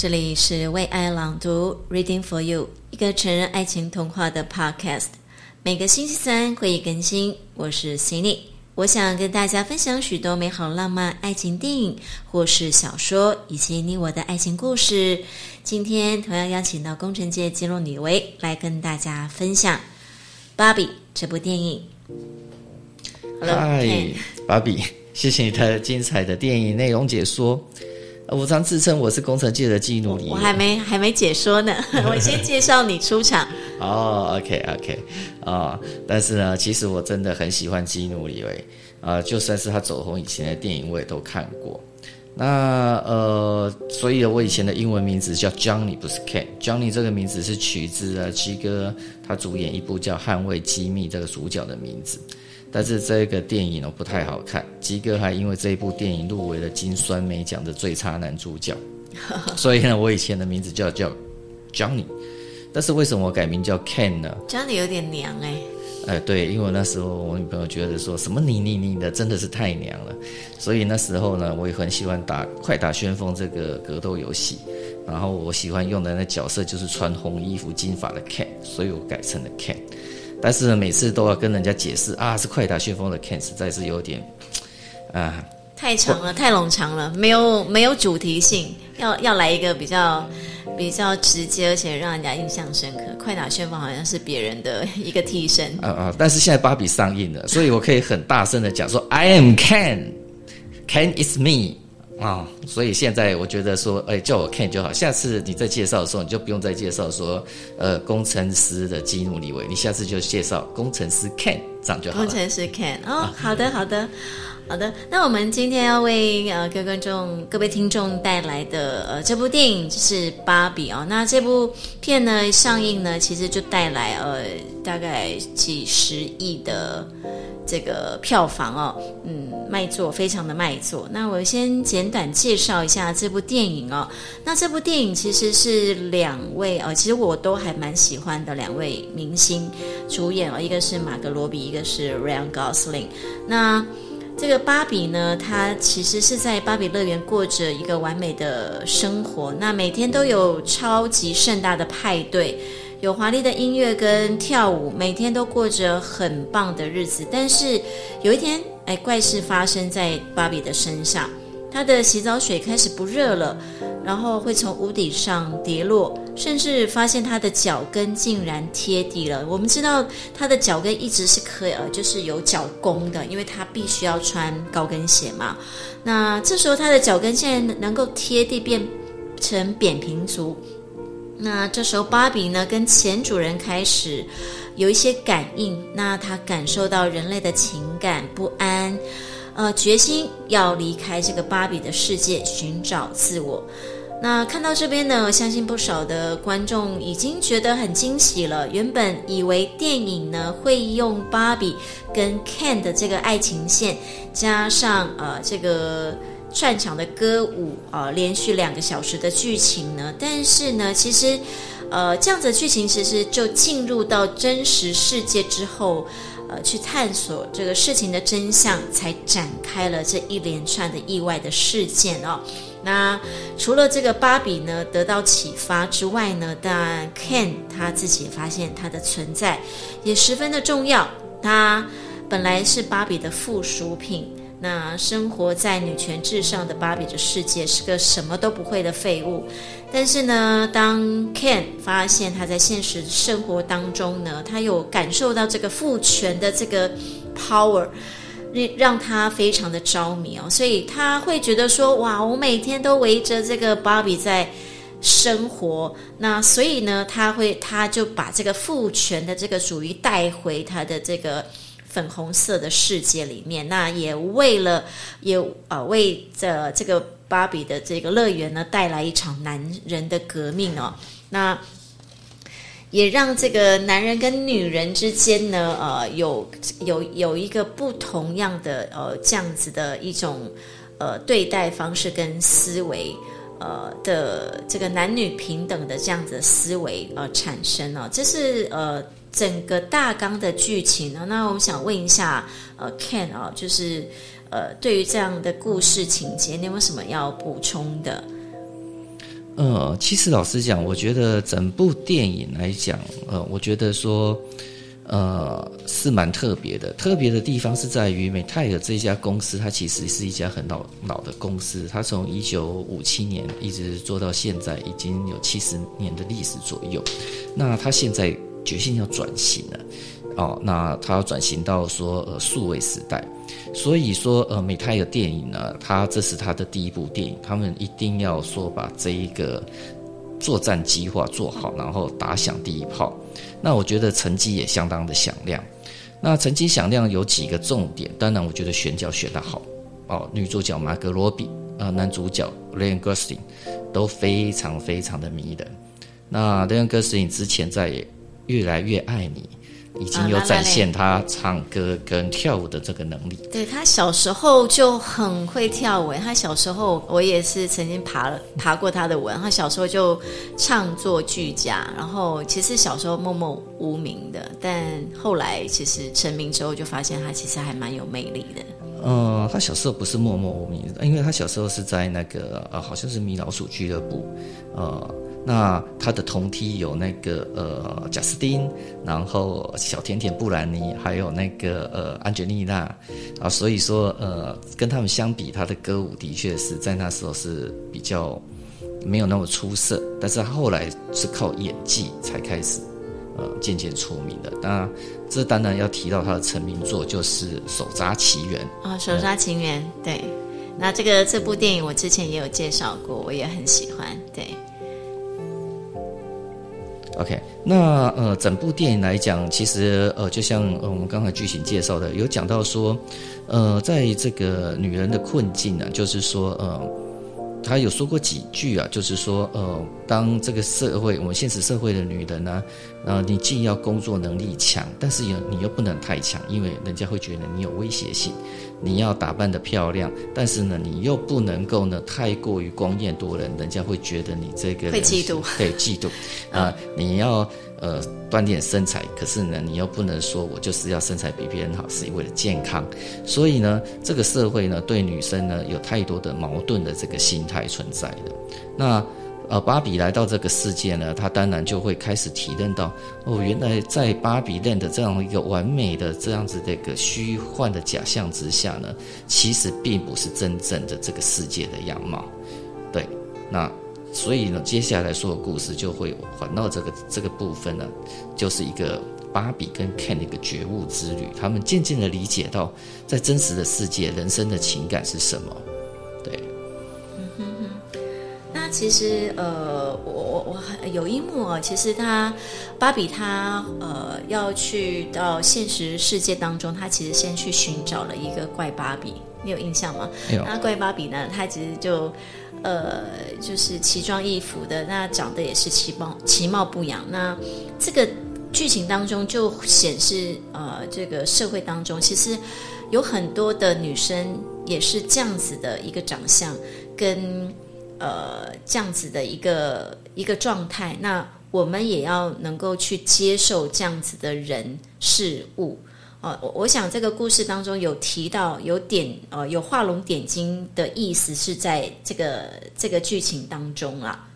这里是为爱朗读 Reading for You， 一个成人爱情童话的 podcast， 每个星期三会更新。我是 Cindy， 我想跟大家分享许多美好浪漫爱情电影或是小说，以及你我的爱情故事。今天同样邀请到工程界肌肉女为来跟大家分享芭比这部电影。 嗨，芭比，谢谢你的精彩的电影内容解说。我常自称我是工程界的基努里， 我还没解说呢，我先介绍你出场。 OK， 但是呢，其实我真的很喜欢基努里维，就算是他走红以前的电影我也都看过。那所以我以前的英文名字叫 Johnny， 不是 Ken。Johnny 这个名字是取自基哥他主演一部叫《捍卫机密》这个主角的名字。但是这个电影不太好看，基哥还因为这一部电影入围了金酸梅奖的最差男主角，所以呢，我以前的名字叫 Johnny， 但是为什么我改名叫 Ken 呢？ Johnny 有点娘对，因为我那时候我女朋友觉得说什么你的真的是太娘了，所以那时候呢，我也很喜欢打快打旋风这个格斗游戏，然后我喜欢用的那角色就是穿红衣服金发的 Ken， 所以我改成了 Ken。但是呢，每次都要跟人家解释是快打旋风的 Ken， 实在是有点太长了，太冗长了，没有主题性，要来一个比较直接，而且让人家印象深刻。快打旋风好像是别人的一个替身但是现在芭比上映了，所以我可以很大声的讲说 I am Ken is me。所以现在我觉得说，叫我 Ken 就好。下次你在介绍的时候，你就不用再介绍说，工程师的基努里维，你下次就介绍工程师 Ken， 这样就好了。 工程师 Ken， 好的。那我们今天要为各位听众带来的这部电影就是芭比那这部片呢上映呢，其实就带来大概几十亿的这个票房卖座，非常的卖座。那我先简短介绍一下这部电影那这部电影其实是两位其实我都还蛮喜欢的两位明星主演一个是马格罗比，一个是 Ryan Gosling。那这个芭比呢，她其实是在芭比乐园过着一个完美的生活，那每天都有超级盛大的派对，有华丽的音乐跟跳舞，每天都过着很棒的日子。但是有一天怪事发生在芭比的身上，她的洗澡水开始不热了，然后会从屋顶上跌落，甚至发现她的脚跟竟然贴地了。我们知道她的脚跟一直是就是有脚弓的，因为她必须要穿高跟鞋嘛。那这时候她的脚跟现在能够贴地变成扁平足。那这时候芭比呢跟前主人开始有一些感应，那她感受到人类的情感不安，决心要离开这个芭比的世界，寻找自我。那看到这边呢，我相信不少的观众已经觉得很惊喜了。原本以为电影呢会用芭比跟 Ken 的这个爱情线，加上这个串场的歌舞连续2个小时的剧情呢，但是呢，其实这样子的剧情其实就进入到真实世界之后，去探索这个事情的真相，才展开了这一连串的意外的事件那除了这个芭比呢得到启发之外呢，当然 Ken 他自己也发现他的存在也十分的重要。他本来是芭比的附属品，那生活在女权至上的芭比的世界是个什么都不会的废物。但是呢，当 Ken 发现他在现实生活当中呢，他有感受到这个父权的这个 power，让他非常的着迷所以他会觉得说，哇，我每天都围着这个芭比在生活，那所以呢，他就把这个父权的这个主义带回他的这个粉红色的世界里面。那也为这个芭比的这个乐园呢带来一场男人的革命那也让这个男人跟女人之间呢有一个不同样的这样子的一种对待方式跟思维的这个男女平等的这样子的思维产生这是整个大纲的剧情那我们想问一下Ken 就是对于这样的故事情节，你有没有什么要补充的？ 其实老实讲，我觉得整部电影来讲，我觉得说，是蛮特别的。特别的地方是在于美泰尔这家公司，它其实是一家很老的公司，它从1957年一直做到现在，已经有70年的历史左右。那它现在决心要转型了，那它要转型到说数位时代。所以说，美泰尔电影呢，这是它的第一部电影，他们一定要说把这一个作战计划做好，然后打响第一炮。那我觉得成绩也相当的响亮。那成绩响亮有几个重点，当然我觉得选角选得好，女主角马格罗比，男主角 Ryan Gosling 都非常非常的迷人。那 Ryan Gosling 之前在越来越爱你已经有展现他唱歌跟跳舞的这个能力。 对，他小时候就很会跳舞，他小时候我也是曾经爬过他的文，他小时候就唱作俱佳，然后其实小时候默默无名的，但后来其实成名之后就发现他其实还蛮有魅力的。 他小时候不是默默无名，因为他小时候是在那个好像是米老鼠俱乐部，那他的同梯有那个贾斯汀，然后小甜甜布兰妮，还有那个安吉丽娜所以说跟他们相比，他的歌舞的确是在那时候是比较没有那么出色，但是他后来是靠演技才开始渐渐出名的。那这当然要提到他的成名作就是《手札奇缘》 手札情缘，对。那这部电影我之前也有介绍过，我也很喜欢，对。 OK， 那整部电影来讲，其实就像我们刚才剧情介绍的，有讲到说，在这个女人的困境呢，就是说他有说过几句就是说当这个社会，我们现实社会的女人呢，你既要工作能力强，但是你又不能太强，因为人家会觉得你有威胁性。你要打扮得漂亮，但是呢，你又不能够呢太过于光艳夺人，人家会觉得你这个人会嫉妒， 对，嫉妒你要锻炼身材，可是呢，你又不能说我就是要身材比别人好，是为了健康。所以呢，这个社会呢，对女生呢有太多的矛盾的这个心态存在的。那芭比来到这个世界呢，她当然就会开始体认到，原来在芭比 land 的这样一个完美的这样子的一个虚幻的假象之下呢，其实并不是真正的这个世界的样貌。对，那所以呢，接下来说的故事就会环到这个部分呢，就是一个芭比跟 Ken 的一个觉悟之旅，他们渐渐的理解到，在真实的世界，人生的情感是什么。对。 那其实我有一幕其实芭比她要去到现实世界当中，她其实先去寻找了一个怪芭比，你有印象吗？那怪芭比呢，她其实就是奇装异服的，那长得也是其貌不扬。那这个剧情当中就显示这个社会当中其实有很多的女生也是这样子的一个长相跟这样子的一个状态，那我们也要能够去接受这样子的人事物。我想这个故事当中有提到有画龙点睛的意思是在这个剧情当中啦。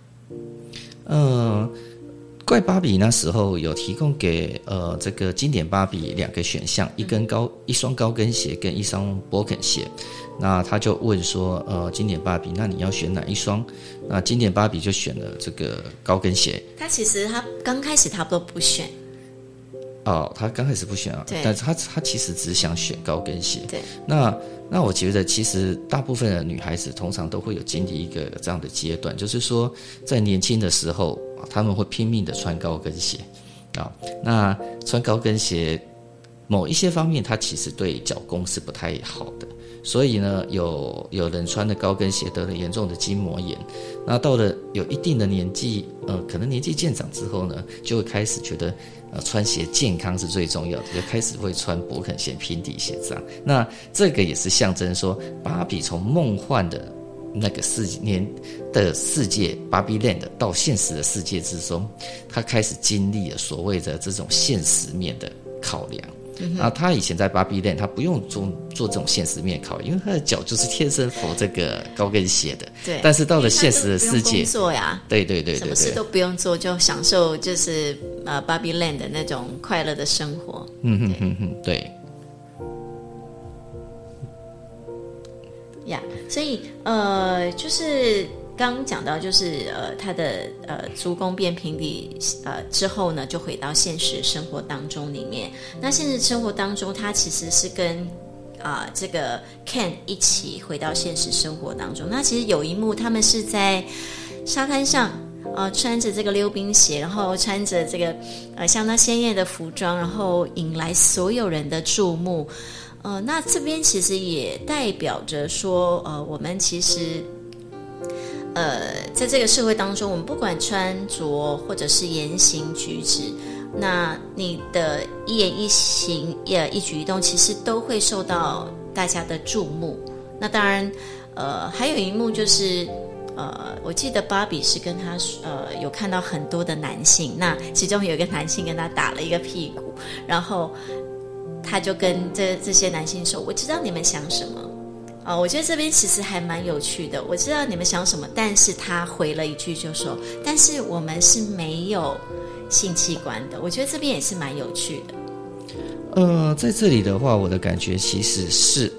怪芭比那时候有提供给这个经典芭比2个选项，一双高跟鞋跟一双勃肯鞋。那他就问说经典芭比，那你要选哪一双？那经典芭比就选了这个高跟鞋。 他刚开始他都不选。 他刚开始不选但是他其实只想选高跟鞋。 对。 那我觉得其实大部分的女孩子通常都会有经历一个这样的阶段，就是说在年轻的时候，他们会拼命的穿高跟鞋那穿高跟鞋某一些方面，它其实对脚弓是不太好的。所以呢，有人穿的高跟鞋得了严重的筋膜炎，那到了有一定的年纪，可能年纪渐长之后呢，就会开始觉得，穿鞋健康是最重要的，就开始会穿勃肯鞋、平底鞋这样。那这个也是象征说，芭比从梦幻的那个世界芭比 land 到现实的世界之中，她开始经历了所谓的这种现实面的考量。 他以前在芭比 land 他不用做这种现实面考，因为他的脚就是天生佛这个高跟鞋的。 对， 但是到了现实的世界， 工作呀， 对， 什么事都不用做，就享受就是芭比 land 的那种快乐的生活。 对。 呀，所以就是刚刚讲到，就是他的足弓变平底之后呢，就回到现实生活当中里面。那现实生活当中，他其实是跟这个 Ken 一起回到现实生活当中。那其实有一幕，他们是在沙滩上。穿着这个溜冰鞋，然后穿着这个相当鲜艳的服装，然后引来所有人的注目。那这边其实也代表着说，我们其实在这个社会当中，我们不管穿着或者是言行举止，那你的一言一行一举一动，其实都会受到大家的注目。那当然，还有一幕就是。我记得芭比是跟他有看到很多的男性，那其中有一个男性跟他打了一个屁股，然后他就跟这些男性说：“我知道你们想什么。”我觉得这边其实还蛮有趣的。我知道你们想什么，但是他回了一句就说：“但是我们是没有性器官的。”我觉得这边也是蛮有趣的。 在这里的话，我的感觉其实是，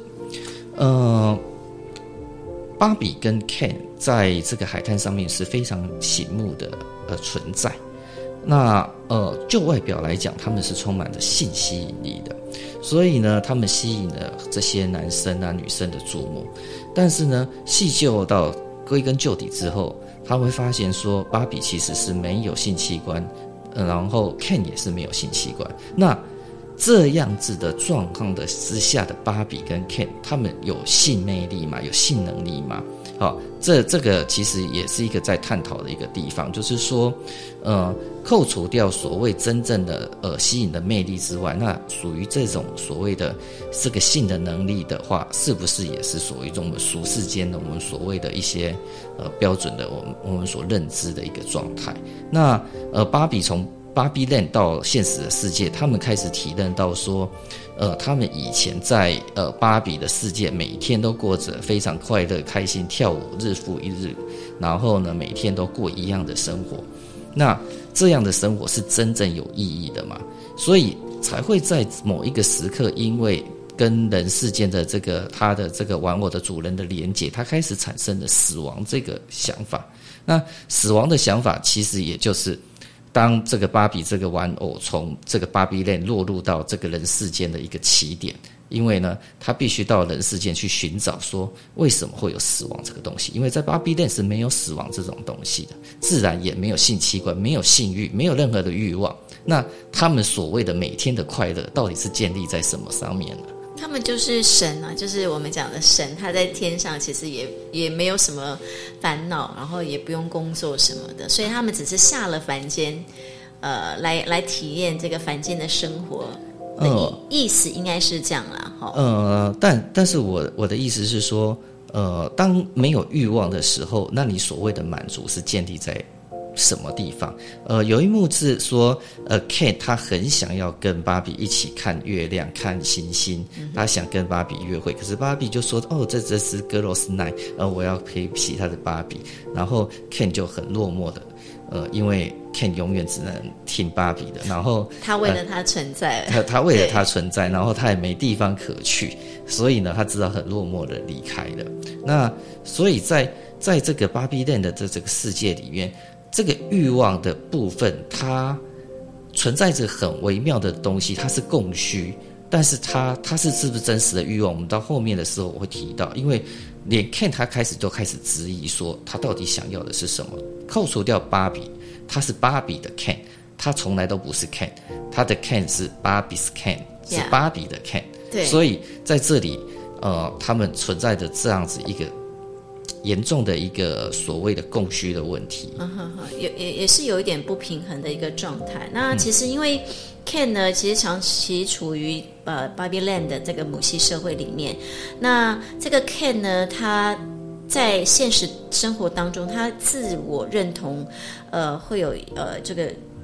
芭比跟 Ken 在这个海滩上面是非常醒目的存在。那就外表来讲，他们是充满着性吸引力的，所以呢，他们吸引了这些男生啊女生的注目。但是呢，细究到归根究底之后，他会发现说，芭比其实是没有性器官，然后 Ken 也是没有性器官。那这样子的状况的之下的芭比跟 Ken， 他们有性魅力吗？有性能力吗？这个其实也是一个在探讨的一个地方，就是说，扣除掉所谓真正的吸引的魅力之外，那属于这种所谓的这个性的能力的话，是不是也是所谓我们俗世间的我们所谓的一些标准的我们所认知的一个状态？那芭比从芭比 land 到现实的世界，他们开始体认到说，他们以前在芭比的世界，每天都过着非常快乐、开心、跳舞，日复一日，然后呢，每天都过一样的生活。那这样的生活是真正有意义的吗？所以才会在某一个时刻，因为跟人世间的他的这个玩偶的主人的连结，他开始产生了死亡这个想法。那死亡的想法，其实也就是当这个芭比这个玩偶从这个芭比 land 落入到这个人世间的一个起点，因为呢，他必须到人世间去寻找说为什么会有死亡这个东西，因为在芭比 land 是没有死亡这种东西的，自然也没有性器官，没有性欲，没有任何的欲望。那他们所谓的每天的快乐，到底是建立在什么上面呢？ 他们就是神啊，就是我们讲的神，他在天上其实也没有什么烦恼，然后也不用工作什么的，所以他们只是下了凡间，来体验这个凡间的生活的意思应该是这样啦。 但是我的意思是说，当没有欲望的时候，那你所谓的满足是建立在什么地方？有一幕是说Ken 他很想要跟芭比一起看月亮、看星星，他想跟芭比约会，可是芭比就说：“这是 Girls Night， 我要陪其他的芭比。”然后 Ken 就很落寞的，因为 Ken 永远只能听芭比的，然后他为了他存在， 他为了他存在，然后他也没地方可去，所以呢，他只好很落寞的离开了。那所以在这个芭比 land 的这个世界里面，这个欲望的部分，它存在着很微妙的东西，它是供需，但是它是不是真实的欲望？我们到后面的时候我会提到，因为连 Ken 他开始质疑说，他到底想要的是什么？扣除掉芭比，他是芭比的 Ken， 他从来都不是 Ken， 他的 Ken 是芭比 's Ken， 是芭比的 Ken。 对， 所以在这里，他们存在着这样子一个严重的一个所谓的供需的问题， 也是有一点不平衡的一个状态。那其实因为 Ken 呢，其实长期处于Barbie Land 的这个母系社会里面，那这个 Ken 呢，他在现实生活当中，他自我认同会有这个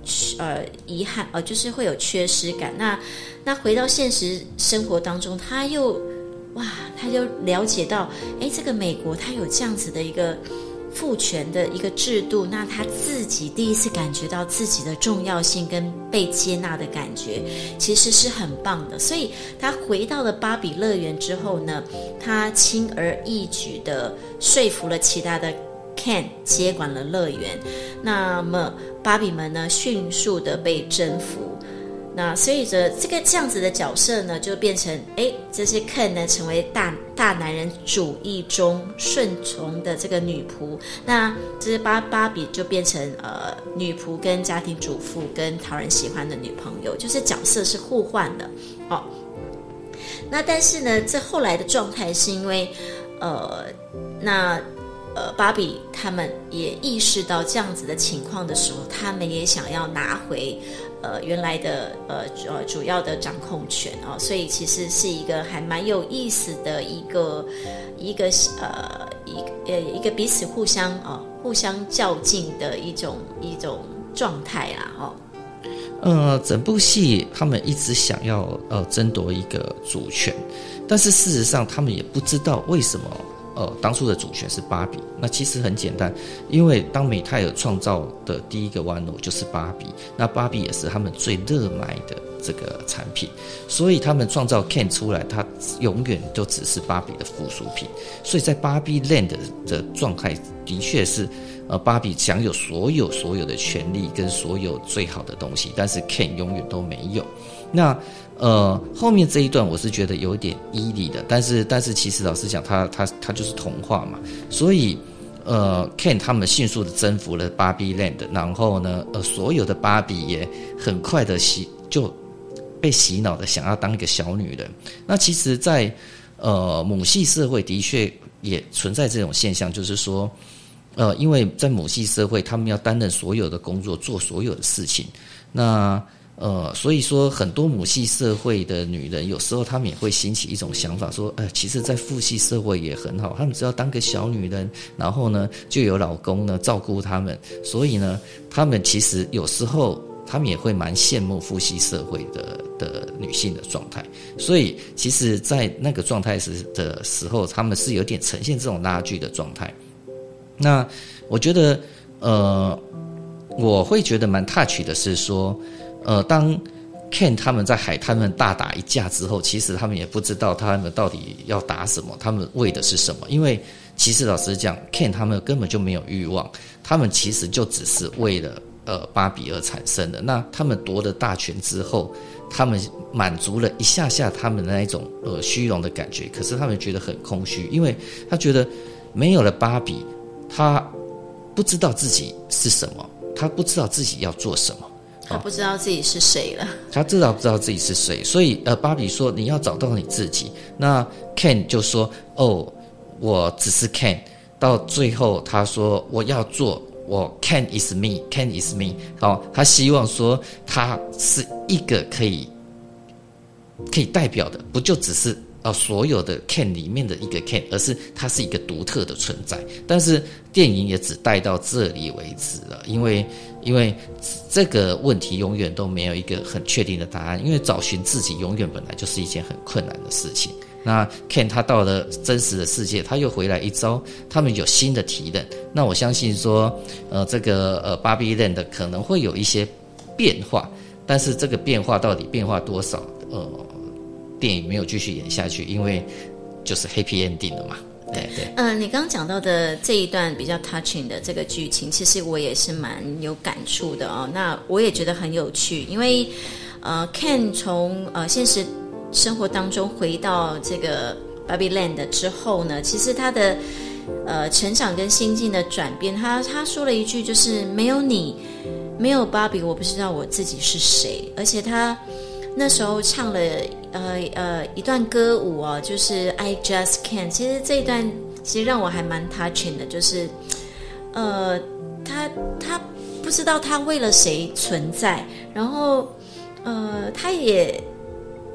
遗憾，就是会有缺失感。那回到现实生活当中，他就了解到，这个美国他有这样子的一个父权的一个制度，那他自己第一次感觉到自己的重要性跟被接纳的感觉，其实是很棒的。所以他回到了芭比乐园之后呢，他轻而易举的说服了其他的 Ken 接管了乐园，那么芭比们呢迅速的被征服。那所以这样子的角色呢，就变成这些 Ken 呢成为大男人主义中顺从的这个女仆，那这些芭比就变成女仆跟家庭主妇跟讨人喜欢的女朋友，就是角色是互换的哦。那但是呢，这后来的状态是因为芭比他们也意识到这样子的情况的时候，他们也想要拿回原来的主要的掌控权哦，所以其实是一个还蛮有意思的一个彼此互相较劲的一种状态啦哦。 整部戏他们一直想要争夺一个主权，但是事实上他们也不知道为什么当初的主权是芭比。那其实很简单，因为当美泰尔创造的第一个玩偶就是芭比，那芭比也是他们最热卖的这个产品，所以他们创造 Ken 出来，它永远都只是芭比的附属品。所以在芭比 Land 的状态的确是芭比享有所有的权利跟所有最好的东西，但是 Ken 永远都没有。那后面这一段我是觉得有一点依理的，但是其实老实讲，它就是童话嘛，所以Ken 他们迅速的征服了芭比 Land， 然后呢所有的芭比也很快的就被洗脑的想要当一个小女人。那其实在母系社会的确也存在这种现象，就是说因为在母系社会他们要担任所有的工作，做所有的事情，那所以说很多母系社会的女人有时候她们也会兴起一种想法说，其实在父系社会也很好，她们只要当个小女人，然后呢就有老公呢照顾她们，所以呢她们其实有时候她们也会蛮羡慕父系社会的女性的状态。所以其实在那个状态的时候，她们是有点呈现这种拉锯的状态。那我觉得我会觉得蛮 touch 的是说当 Ken 他们在海滩们大打一架之后，其实他们也不知道他们到底要打什么，他们为的是什么。因为其实老实讲 Ken 他们根本就没有欲望，他们其实就只是为了芭比而产生的。那他们夺了大权之后，他们满足了一下他们的那一种虚荣的感觉，可是他们觉得很空虚，因为他觉得没有了芭比，他不知道自己是什么，他不知道自己要做什么， 他不知道自己是谁了， 他不知道自己是谁。所以芭比说你要找到你自己，那 Ken 就说我只是 Ken， 到最后他说我要做我 Ken is me， Ken is me， 他希望说他是一个可以代表的，不就只是所有的 Ken 里面的一个 Ken， 而是它是一个独特的存在。但是电影也只带到这里为止了，因为这个问题永远都没有一个很确定的答案，因为找寻自己永远本来就是一件很困难的事情。那 Ken 他到了真实的世界，他又回来一遭，他们有新的体认。那我相信说这个Barbie Land 可能会有一些变化，但是这个变化到底变化多少电影没有继续演下去，因为就是 happy ending 了嘛。对。 你刚刚讲到的这一段比较 touching 的这个剧情，其实我也是蛮有感触的哦。那我也觉得很有趣，因为Ken 从现实生活当中回到这个 Barbie Land 之后呢，其实他的成长跟心境的转变，他说了一句，就是没有你，没有芭比，我不知道我自己是谁。而且他那时候唱了一段歌舞哦，就是 I Just Can't。其实这一段其实让我还蛮 touching 的，就是他不知道他为了谁存在，然后他也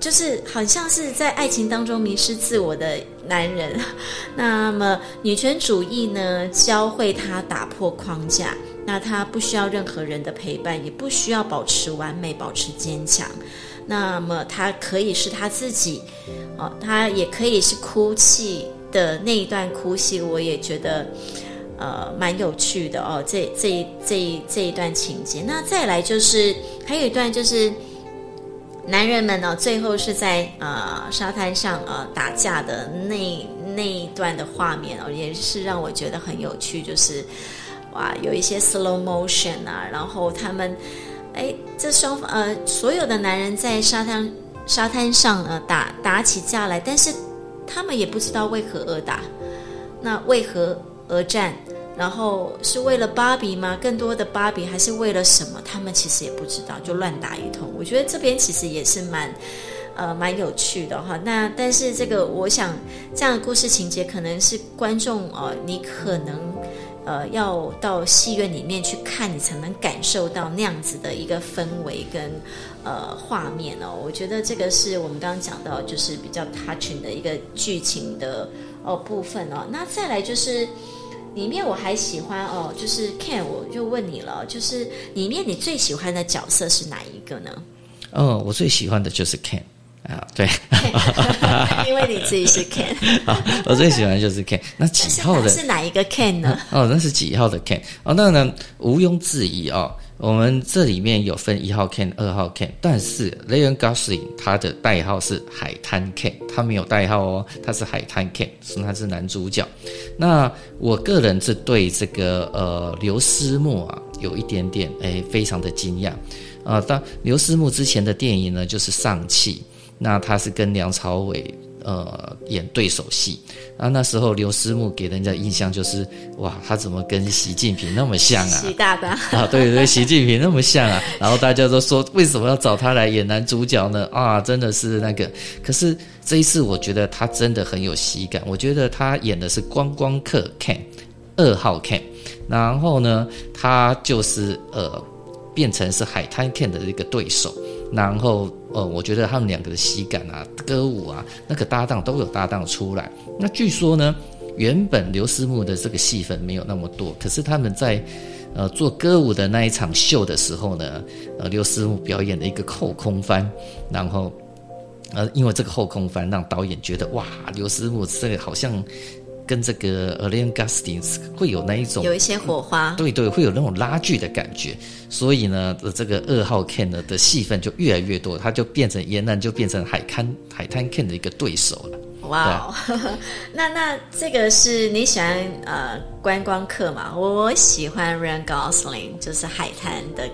就是好像是在爱情当中迷失自我的男人。那么女权主义呢，教会他打破框架，那他不需要任何人的陪伴，也不需要保持完美，保持坚强。那么他可以是他自己，他也可以是哭泣的那一段哭戏，我也觉得蛮有趣的哦。这一段情节，那再来就是还有一段就是男人们呢，最后是在沙滩上打架的那一段的画面哦，也是让我觉得很有趣，就是哇，有一些 slow motion 啊，然后他们这所有的男人在沙滩上打起架来，但是他们也不知道为何而打，那为何而战？然后是为了芭比吗？更多的芭比还是为了什么？他们其实也不知道，就乱打一通。我觉得这边其实也是蛮有趣的哈。那但是这个，我想这样的故事情节可能是观众你可能要到戏院里面去看，你才能感受到那样子的一个氛围跟画面哦。我觉得这个是我们刚刚讲到，就是比较 touching 的一个剧情的部分哦。那再来就是里面我还喜欢就是 Ken， 我就问你了，就是里面你最喜欢的角色是哪一个呢？ 我最喜欢的就是 Ken。对， 因为你自己是 Ken。 我最喜欢的就是 Ken。那几号的是哪一个 Ken 呢？ 那是几号的 Ken？那呢毋庸置疑我们这里面有分1号 Ken、2号 Ken， 但是 Ryan Gosling 他的代号是海滩 Ken， 他没有代号他是海滩 Ken， 他是男主角。那我个人是对这个刘思慕有一点点非常的惊讶当刘思慕之前的电影呢就是上汽，那他是跟梁朝伟演对手戏那时候刘思慕给人家印象就是哇，他怎么跟习近平那么像啊？ 习大大对，习近平那么像啊！然后大家都说为什么要找他来演男主角呢？真的是那个。可是这一次我觉得他真的很有喜感，我觉得他演的是观光客 Ken， 2号 Ken， 然后呢，他就是变成是海滩 Ken 的一个对手。然后我觉得他们两个的喜感歌舞那个搭档都有搭档出来。那据说呢，原本刘思慕的这个戏份没有那么多，可是他们在做歌舞的那一场秀的时候呢，刘思慕表演了一个后空翻，然后因为这个后空翻让导演觉得哇，刘思慕这个好像跟这个Ryan Gosling 会有那一种有一些火花， 对，会有那种拉锯的感觉，所以呢，这个2号 Ken 呢的戏份就越来越多，他就俨然就变成海滩 Ken 的一个对手了。 哇那这个是你喜欢观光客嘛？我喜欢 Ryan Gosling， 就是海滩的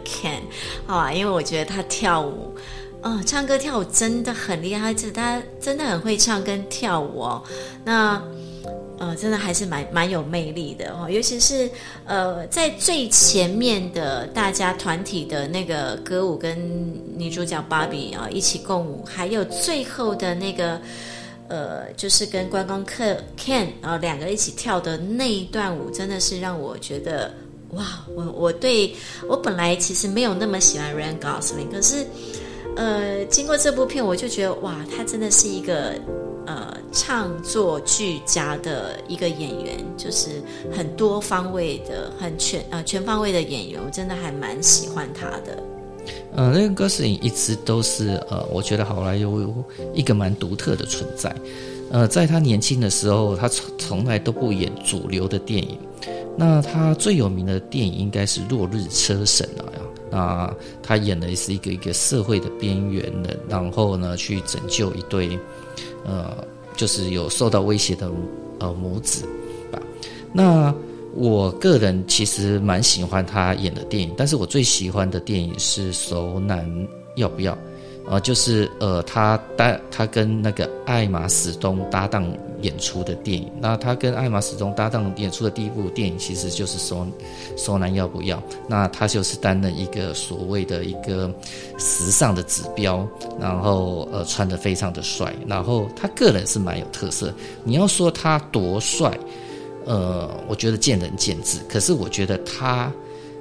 Ken 因为我觉得他跳舞唱歌跳舞真的很厉害，他真的很会唱跟跳舞那真的还是蛮有魅力的尤其是在最前面的大家团体的那个歌舞跟女主角芭比一起共舞，还有最后的那个就是跟观光客 Ken 两个一起跳的那一段舞，真的是让我觉得哇，我本来其实没有那么喜欢 Ryan Gosling， 可是经过这部片我就觉得哇，他真的是一个唱作俱佳的一个演员，就是很多方位的很全方位的演员，我真的还蛮喜欢他的。 那个歌星一直都是我觉得好莱坞一个蛮独特的存在。在他年轻的时候，他从来都不演主流的电影。那他最有名的电影应该是《落日车神》那他演的是一个社会的边缘人，然后呢去拯救一对就是有受到威胁的母子吧。那我个人其实蛮喜欢他演的电影，但是我最喜欢的电影是《熟男要不要》就是他跟那个艾玛史东搭档演出的电影。那他跟艾玛史东搭档演出的第一部电影其实就是熟男要不要。那他就是担任一个所谓的一个时尚的指标，然后穿得非常的帅，然后他个人是蛮有特色。你要说他多帅我觉得见仁见智，可是我觉得他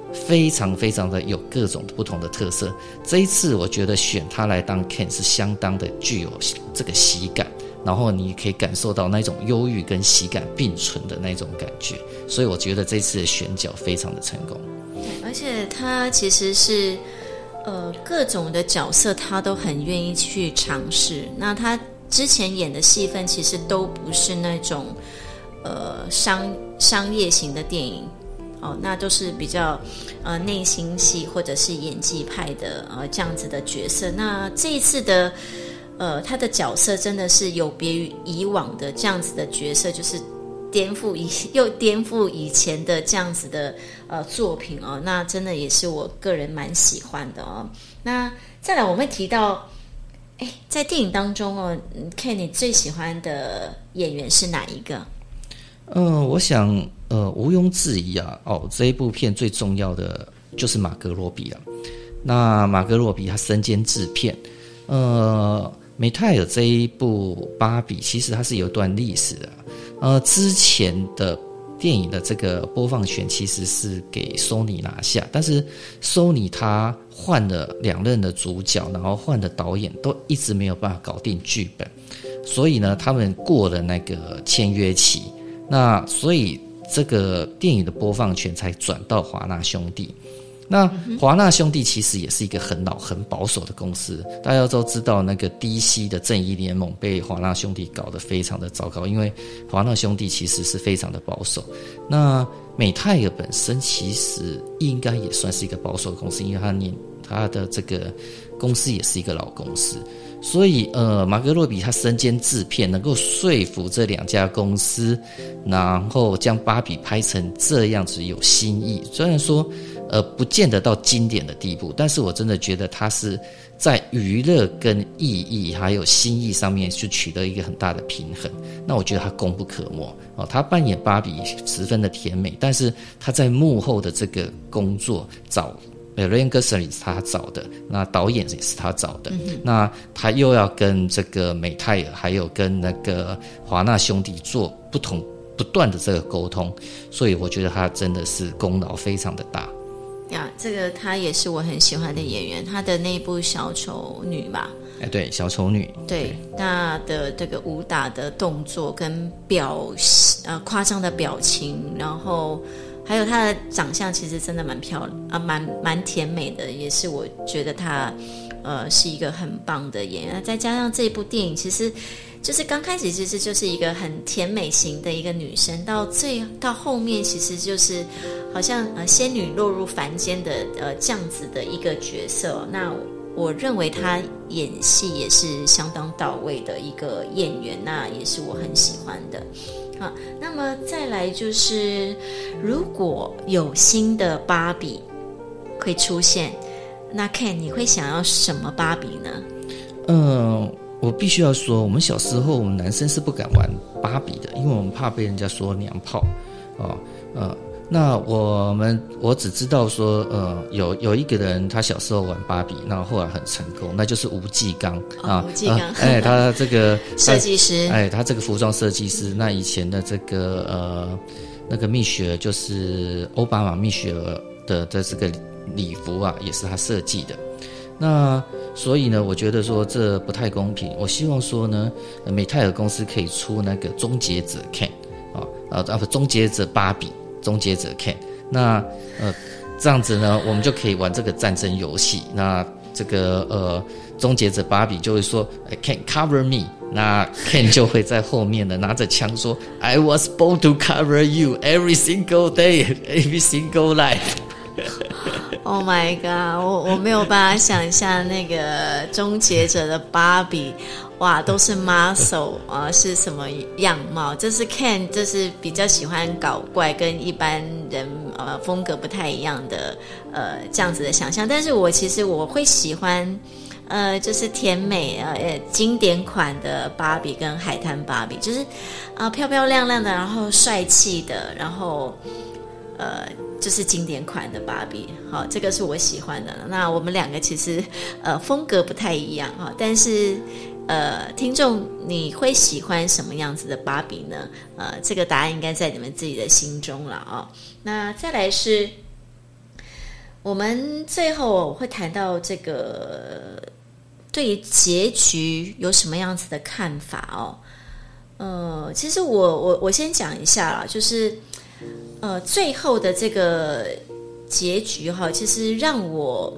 非常非常的有各种不同的特色。这一次我觉得选他来当 Ken 是相当的具有这个喜感，然后你可以感受到那种忧郁跟喜感并存的那种感觉，所以我觉得这次的选角非常的成功。 而且他其实是各种的角色他都很愿意去尝试。那他之前演的戏份其实都不是那种商业型的电影那都是比较内心戏或者是演技派的这样子的角色。那这一次的他的角色真的是有别于以往的这样子的角色，就是颠覆以前的这样子的作品那真的也是我个人蛮喜欢的那再来我们会提到在电影当中Ken 你最喜欢的演员是哪一个？ 我想毋庸置疑这一部片最重要的就是马格罗比了。那马格罗比他身兼制片，美泰尔这一部芭比其实它是有一段历史的，之前的电影的这个播放权其实是给 Sony 拿下，但是 Sony 他换了2任的主角，然后换了导演，都一直没有办法搞定剧本，所以呢他们过了那个签约期，那所以这个电影的播放权才转到华纳兄弟。那华纳兄弟其实也是一个很老很保守的公司，大家都知道那个 DC 的正义联盟被华纳兄弟搞得非常的糟糕，因为华纳兄弟其实是非常的保守。那美泰尔本身其实应该也算是一个保守的公司，因为他的这个公司也是一个老公司，所以马格罗比他身兼制片，能够说服这2家公司，然后将芭比拍成这样子有新意。虽然说不见得到经典的地步，但是我真的觉得他是在娱乐跟意义还有新意上面去取得一个很大的平衡。那我觉得他功不可没他扮演芭比十分的甜美，但是他在幕后的这个工作找Ryan Gosling 是他找的，那导演也是他找的，那他又要跟这个美泰尔还有跟那个华纳兄弟做不断的这个沟通，所以我觉得他真的是功劳非常的大呀。这个他也是我很喜欢的演员，他的那部小丑女吧， 对，小丑女， 对，那的这个武打的动作跟夸张的表情，然后还有她的长相其实真的蛮漂亮蛮甜美的，也是我觉得她是一个很棒的演员。再加上这部电影其实就是刚开始其实就是一个很甜美型的一个女生，到后面其实就是好像仙女落入凡间的这样子的一个角色。那我认为她演戏也是相当到位的一个演员，那也是我很喜欢的。好，那么再来就是，如果有新的芭比会出现，那 Ken 你会想要什么芭比呢？ 我必须要说，我们小时候我们男生是不敢玩芭比的，因为我们怕被人家说娘炮那我只知道说有一个人他小时候玩芭比，然后后来很成功，那就是吴继刚吴继刚他这个设计师他这个服装设计师，那以前的这个那个蜜雪儿就是奥巴马蜜雪儿的这个礼服也是他设计的。那所以呢我觉得说这不太公平，我希望说呢美泰尔公司可以出那个终结者 Ken 终结者芭比，终结者 Ken， 那这样子呢我们就可以玩这个战争游戏。那这个终结者芭比就会说 Ken cover me， 那 Ken 就会在后面呢拿着枪说 I was born to cover you every single day every single life Oh my god， 我没有办法想象那个终结者的芭比，哇，都是 muscle 是什么样貌？这是 Ken， 就是比较喜欢搞怪，跟一般人风格不太一样的这样子的想象。但是其实我会喜欢就是甜美经典款的芭比跟海滩芭比，就是漂漂亮亮的，然后帅气的，然后就是经典款的芭比。好，这个是我喜欢的。那我们两个其实风格不太一样但是听众你会喜欢什么样子的芭比呢？这个答案应该在你们自己的心中了那再来是我们最后会谈到这个对于结局有什么样子的看法哦。其实我先讲一下啦，就是最后的这个结局哈，其实让我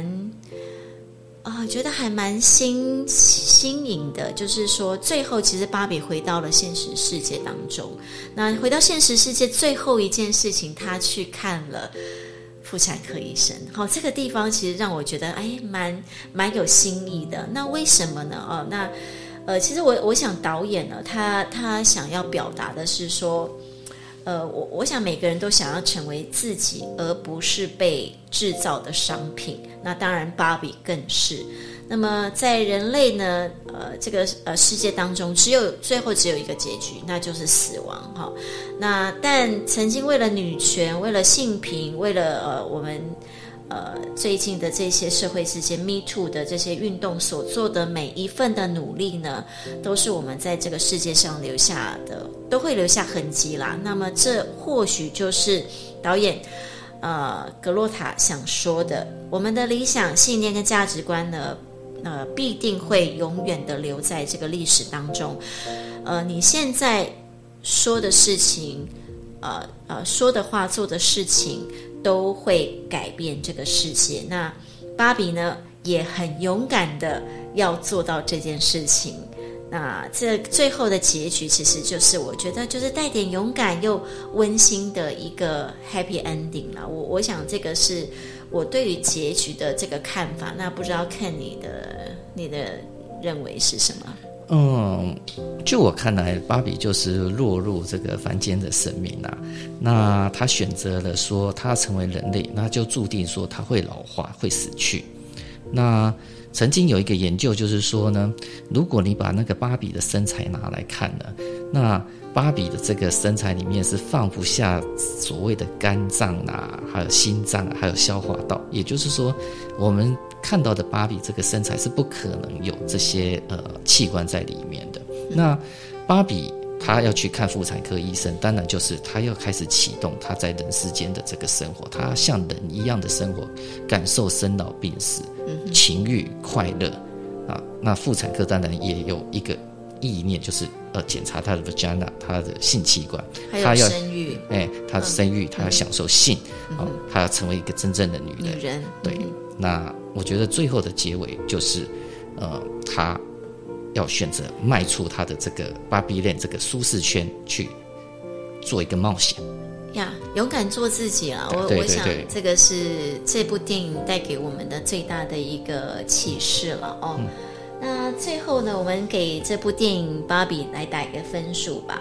觉得还蛮新颖的，就是说最后其实芭比回到了现实世界当中。那回到现实世界最后一件事情，她去看了妇产科医生。好，这个地方其实让我觉得蛮有新意的。那为什么呢？其实我想导演呢，他想要表达的是说，我想每个人都想要成为自己，而不是被制造的商品。那当然，芭比更是。那么在人类呢，这个世界当中，最后只有一个结局，那就是死亡哈。那但曾经为了女权、为了性平、为了我们最近的这些社会事件 Me Too 的这些运动所做的每一份的努力呢，都是我们在这个世界上留下的，都会留下痕迹啦。那么这或许就是导演格洛塔想说的，我们的理想、信念跟价值观呢，必定会永远的留在这个历史当中。你现在说的事情，说的话、做的事情，都会改变这个世界。那芭比呢，也很勇敢的要做到这件事情。那这最后的结局，其实就是我觉得就是带点勇敢又温馨的一个 happy ending 啦。我想这个是我对于结局的这个看法。那不知道看你的认为是什么？ 就我看来，芭比就是落入这个凡间的生命啊。那他选择了说他成为人类，那就注定说他会老化，会死去。那曾经有一个研究就是说呢，如果你把那个芭比的身材拿来看呢，那芭比的这个身材里面是放不下所谓的肝脏啊，还有心脏啊，还有消化道。也就是说，我们看到的芭比这个身材是不可能有这些器官在里面的。那芭比他要去看妇产科医生，当然就是他要开始启动他在人世间的这个生活，他像人一样的生活，感受生老病死、情欲、快乐啊。那妇产科当然也有一个意念，就是检查他的 vagina， 他的性器官， 还有生育， 他的生育，他要享受性，他要成为一个真正的女人。对，那我觉得最后的结尾就是他要选择迈出他的这个芭比 land 这个舒适圈，去做一个冒险呀，勇敢做自己啦。我想这个是这部电影带给我们的最大的一个启示了哦。那最后呢，我们给这部电影芭比来打一个分数吧。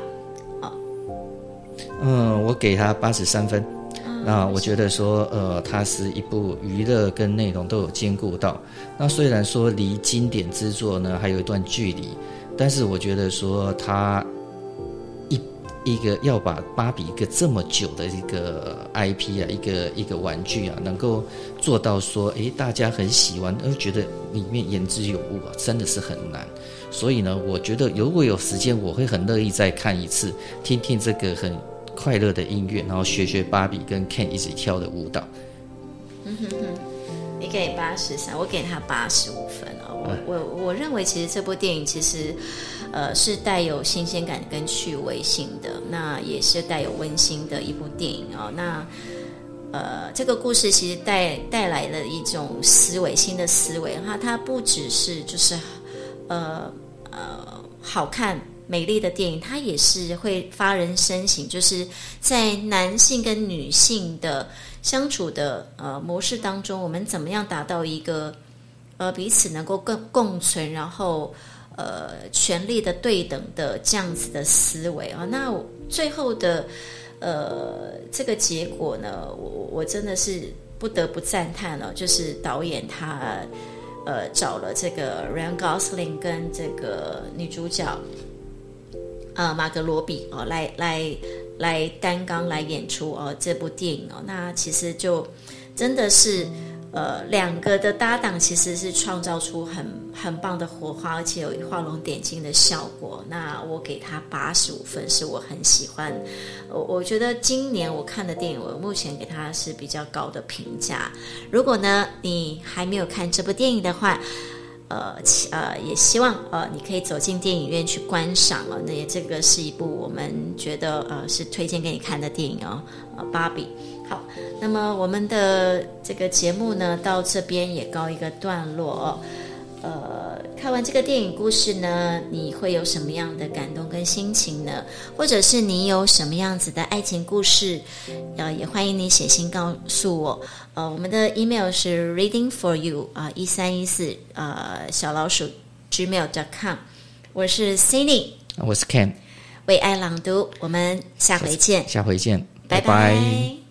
我给他83分。那我觉得说，它是一部娱乐跟内容都有兼顾到。那虽然说离经典之作呢还有一段距离，但是我觉得说它一个要把芭比一个这么久的一个 IP 啊，一个玩具啊，能够做到说，大家很喜欢，觉得里面言之有物啊，真的是很难。所以呢，我觉得如果有时间，我会很乐意再看一次，听听这个很快乐的音乐，然后学芭比跟 Ken 一起跳的舞蹈。 你给83，我给他85分哦。我认为其实这部电影其实是带有新鲜感跟趣味性的，那也是带有温馨的一部电影哦。那这个故事其实带来了一种思维，新的思维。它不只是就是好看美丽的电影，它也是会发人深省，就是在男性跟女性的相处的模式当中，我们怎么样达到一个彼此能够共存，然后权力的对等的这样子的思维啊。那最后的这个结果呢，我真的是不得不赞叹了，就是导演他找了这个 Ryan Gosling 跟这个女主角马格罗比来担纲来演出这部电影那其实就真的是两个的搭档其实是创造出很棒的火花，而且有画龙点睛的效果。那我给他85分，是我很喜欢。我觉得今年我看的电影，我目前给他是比较高的评价。如果呢你还没有看这部电影的话，也希望你可以走进电影院去观赏哦。那这个是一部我们觉得是推荐给你看的电影哦，芭比。好，那么我们的这个节目呢，到这边也告一个段落哦。看完这个电影故事呢，你会有什么样的感动跟心情呢？或者是你有什么样子的爱情故事，也欢迎你写信告诉我。我们的 email 是 readingforyou 1314@gmail.com。我是 Cindy， 我是 Ken， 为爱朗读，我们下回见， 下回见， 拜拜拜。